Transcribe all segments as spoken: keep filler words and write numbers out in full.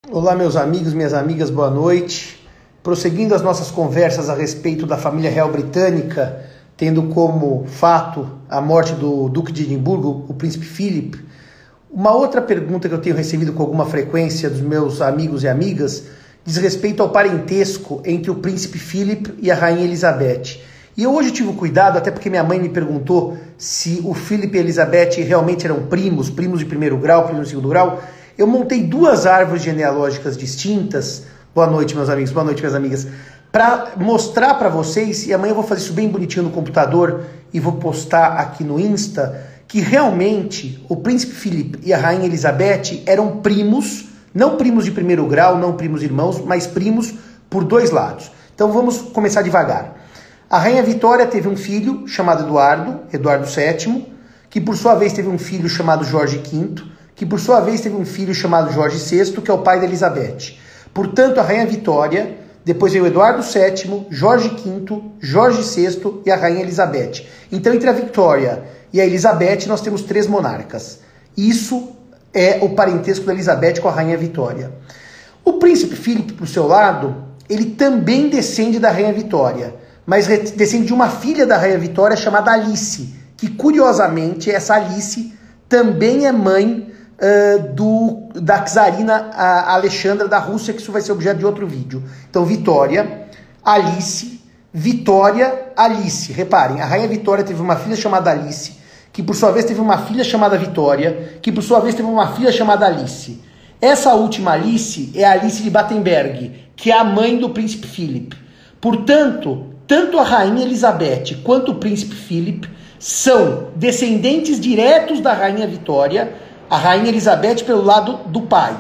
Olá, meus amigos, minhas amigas, boa noite. Prosseguindo as nossas conversas a respeito da família real britânica, tendo como fato a morte do Duque de Edimburgo, o príncipe Philip, uma outra pergunta que eu tenho recebido com alguma frequência dos meus amigos e amigas diz respeito ao parentesco entre o príncipe Philip e a rainha Elizabeth. E eu hoje tive o cuidado, até porque minha mãe me perguntou se o Philip e a Elizabeth realmente eram primos, primos de primeiro grau, primos de segundo grau. Eu montei duas árvores genealógicas distintas, boa noite meus amigos, boa noite minhas amigas, para mostrar para vocês, e amanhã eu vou fazer isso bem bonitinho no computador e vou postar aqui no Insta, que realmente o príncipe Philip e a rainha Elizabeth eram primos, não primos de primeiro grau, não primos irmãos, mas primos por dois lados. Então vamos começar devagar. A rainha Vitória teve um filho chamado Eduardo, Eduardo sétimo, que por sua vez teve um filho chamado Jorge quinto, que por sua vez teve um filho chamado Jorge sexto, que é o pai da Elizabeth. Portanto, a rainha Vitória, depois veio Eduardo sétimo, Jorge quinto, Jorge sexto e a rainha Elizabeth. Então, entre a Vitória e a Elizabeth, nós temos três monarcas. Isso é o parentesco da Elizabeth com a rainha Vitória. O príncipe Philip, por seu lado, ele também descende da rainha Vitória, mas descende de uma filha da rainha Vitória chamada Alice, que curiosamente essa Alice também é mãe uh, do, da czarina uh, Alexandra da Rússia, que isso vai ser objeto de outro vídeo. Então Vitória, Alice, Vitória, Alice. Reparem, a rainha Vitória teve uma filha chamada Alice, que por sua vez teve uma filha chamada Vitória, que por sua vez teve uma filha chamada Alice. Essa última Alice é a Alice de Battenberg, que é a mãe do príncipe Philip. Portanto, tanto a rainha Elizabeth quanto o príncipe Philip são descendentes diretos da rainha Vitória, a rainha Elizabeth pelo lado do pai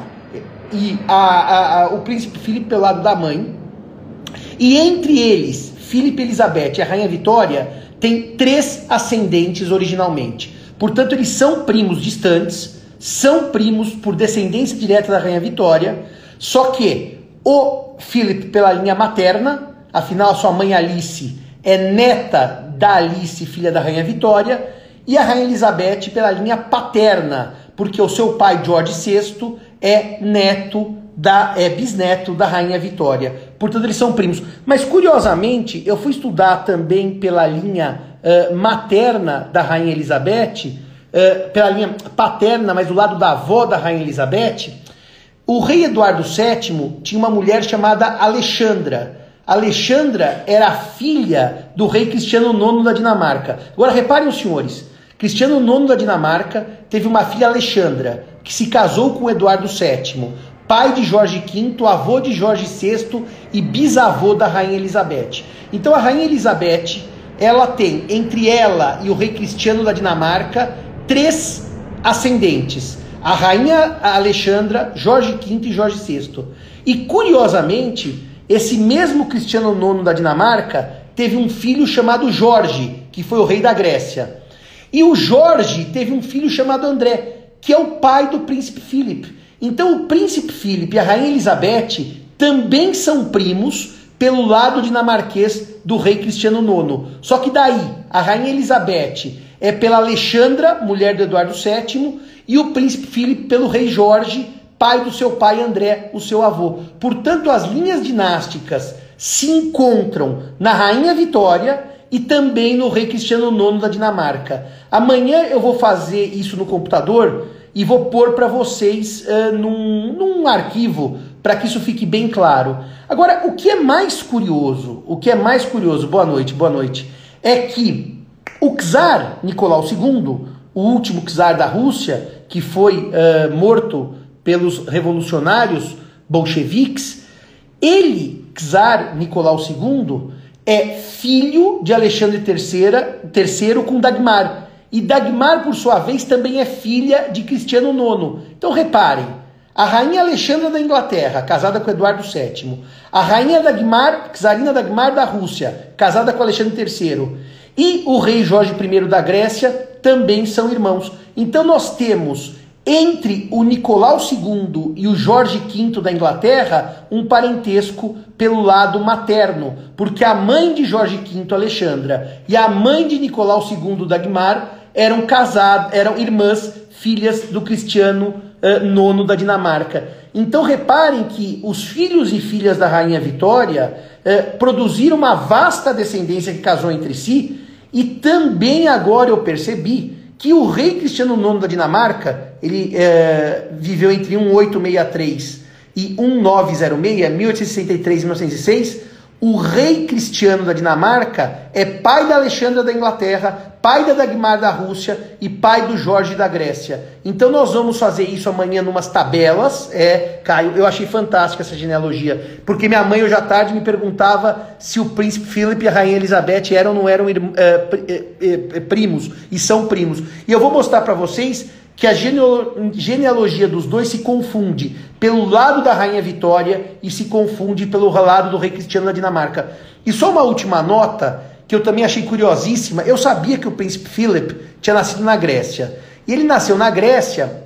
e a, a, a, o príncipe Philip pelo lado da mãe. E entre eles, Philip e Elizabeth e a rainha Vitória, tem três ascendentes originalmente. Portanto, eles são primos distantes, são primos por descendência direta da rainha Vitória, só que o Philip pela linha materna, afinal, a sua mãe Alice é neta da Alice, filha da rainha Vitória, e a rainha Elizabeth pela linha paterna, porque o seu pai, Jorge sexto, é neto, da, é bisneto da rainha Vitória. Portanto, eles são primos. Mas, curiosamente, eu fui estudar também pela linha uh, materna da rainha Elizabeth, uh, pela linha paterna, mas do lado da avó da rainha Elizabeth. O rei Eduardo sétimo tinha uma mulher chamada Alexandra. Alexandra era a filha do rei Cristiano nono da Dinamarca. Agora reparem os senhores, Cristiano nono da Dinamarca teve uma filha Alexandra, que se casou com Eduardo sétimo, pai de Jorge quinto, avô de Jorge sexto e bisavô da rainha Elizabeth. Então a rainha Elizabeth, ela tem entre ela e o rei Cristiano da Dinamarca três ascendentes. A rainha Alexandra, Jorge quinto e Jorge sexto. E curiosamente, esse mesmo Cristiano nono da Dinamarca teve um filho chamado Jorge, que foi o rei da Grécia. E o Jorge teve um filho chamado André, que é o pai do príncipe Philip. Então o príncipe Philip e a rainha Elizabeth também são primos pelo lado dinamarquês do rei Cristiano nono. Só que daí, a rainha Elizabeth é pela Alexandra, mulher do Eduardo sétimo, e o príncipe Philip pelo rei Jorge, pai do seu pai André, o seu avô. Portanto, as linhas dinásticas se encontram na rainha Vitória e também no rei Cristiano nono da Dinamarca. Amanhã eu vou fazer isso no computador e vou pôr para vocês uh, num, num arquivo para que isso fique bem claro. Agora, o que é mais curioso, o que é mais curioso, boa noite, boa noite, é que o czar Nicolau segundo, o último czar da Rússia, que foi uh, morto pelos revolucionários bolcheviques, ele, czar Nicolau segundo, é filho de Alexandre terceiro com Dagmar. E Dagmar, por sua vez, também é filha de Cristiano nono. Então reparem, a rainha Alexandra da Inglaterra, casada com Eduardo sétimo, a rainha Dagmar, czarina Dagmar da Rússia, casada com Alexandre terceiro, e o rei Jorge primeiro da Grécia também são irmãos. Então nós temos entre o Nicolau segundo e o Jorge quinto da Inglaterra, um parentesco pelo lado materno, porque a mãe de Jorge quinto, Alexandra, e a mãe de Nicolau segundo, Dagmar, eram casadas, eram irmãs, filhas do Cristiano uh, nono da Dinamarca. Então reparem que os filhos e filhas da Rainha Vitória uh, produziram uma vasta descendência que casou entre si, e também agora eu percebi que o rei Cristiano nono da Dinamarca, ele uh, viveu entre mil oitocentos e sessenta e três e mil novecentos e seis, mil oitocentos e sessenta e três e mil novecentos e seis. O rei Cristiano da Dinamarca é pai da Alexandra da Inglaterra, pai da Dagmar da Rússia e pai do Jorge da Grécia. Então nós vamos fazer isso amanhã numas tabelas. É, Caio, eu achei fantástica essa genealogia, porque minha mãe hoje à tarde me perguntava se o príncipe Philip e a rainha Elizabeth eram ou não eram é, primos, e são primos. E eu vou mostrar para vocês que a genealogia dos dois se confunde pelo lado da Rainha Vitória e se confunde pelo lado do rei Cristiano da Dinamarca. E só uma última nota, que eu também achei curiosíssima. Eu sabia que o príncipe Philip tinha nascido na Grécia. E ele nasceu na Grécia,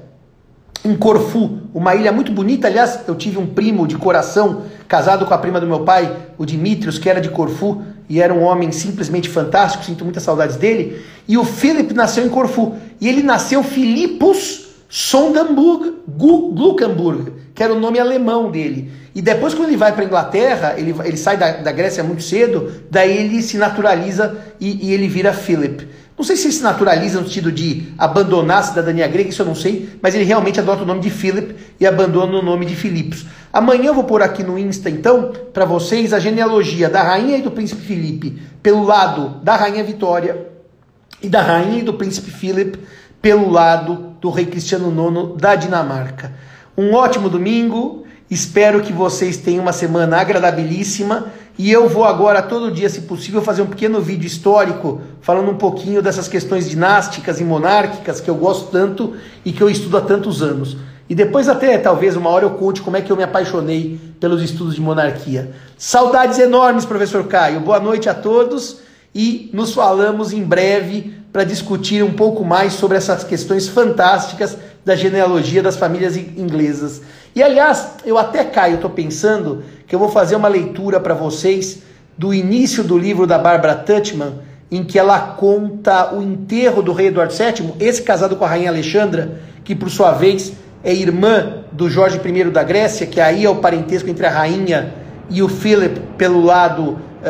em Corfu, uma ilha muito bonita. Aliás, eu tive um primo de coração, casado com a prima do meu pai, o Dimitrios, que era de Corfu, e era um homem simplesmente fantástico, sinto muitas saudades dele. E o Philip nasceu em Corfu. E ele nasceu Philippus Sonderburg Gluckenburg, que era o nome alemão dele. E depois, quando ele vai para a Inglaterra, ele, ele sai da, da Grécia muito cedo, daí ele se naturaliza e, e ele vira Philip. Não sei se ele se naturaliza no sentido de abandonar a cidadania grega, isso eu não sei, mas ele realmente adota o nome de Philip e abandona o nome de Filipos. Amanhã eu vou pôr aqui no Insta, então, para vocês, a genealogia da rainha e do príncipe Filipe pelo lado da rainha Vitória e da rainha e do príncipe Philip pelo lado do rei Cristiano nono da Dinamarca. Um ótimo domingo, espero que vocês tenham uma semana agradabilíssima, e eu vou agora todo dia, se possível, fazer um pequeno vídeo histórico falando um pouquinho dessas questões dinásticas e monárquicas que eu gosto tanto e que eu estudo há tantos anos. E depois até, talvez, uma hora eu conte como é que eu me apaixonei pelos estudos de monarquia. Saudades enormes, professor Caio. Boa noite a todos e nos falamos em breve para discutir um pouco mais sobre essas questões fantásticas da genealogia das famílias inglesas. E, aliás, eu até, Caio, estou pensando que eu vou fazer uma leitura para vocês do início do livro da Barbara Tuchman, em que ela conta o enterro do rei Eduardo sétimo, esse casado com a rainha Alexandra, que, por sua vez, é irmã do Jorge primeiro da Grécia, que aí é o parentesco entre a rainha e o Philip pelo lado,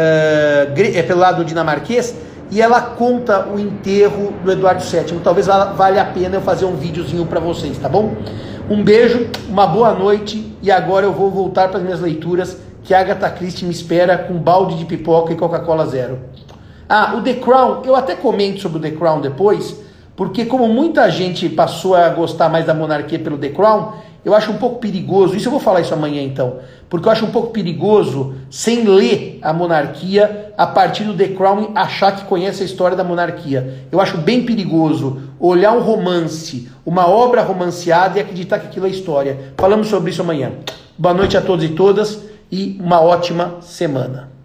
uh, é, pelo lado dinamarquês, e ela conta o enterro do Eduardo sétimo. Talvez valha a pena eu fazer um videozinho para vocês, tá bom? Um beijo, uma boa noite, e agora eu vou voltar para as minhas leituras, que a Agatha Christie me espera com balde de pipoca e Coca-Cola zero. Ah, o The Crown, eu até comento sobre o The Crown depois, porque como muita gente passou a gostar mais da monarquia pelo The Crown, eu acho um pouco perigoso, isso eu vou falar isso amanhã então, porque eu acho um pouco perigoso, sem ler a monarquia, a partir do The Crown, achar que conhece a história da monarquia. Eu acho bem perigoso olhar um romance, uma obra romanceada e acreditar que aquilo é história. Falamos sobre isso amanhã. Boa noite a todos e todas e uma ótima semana.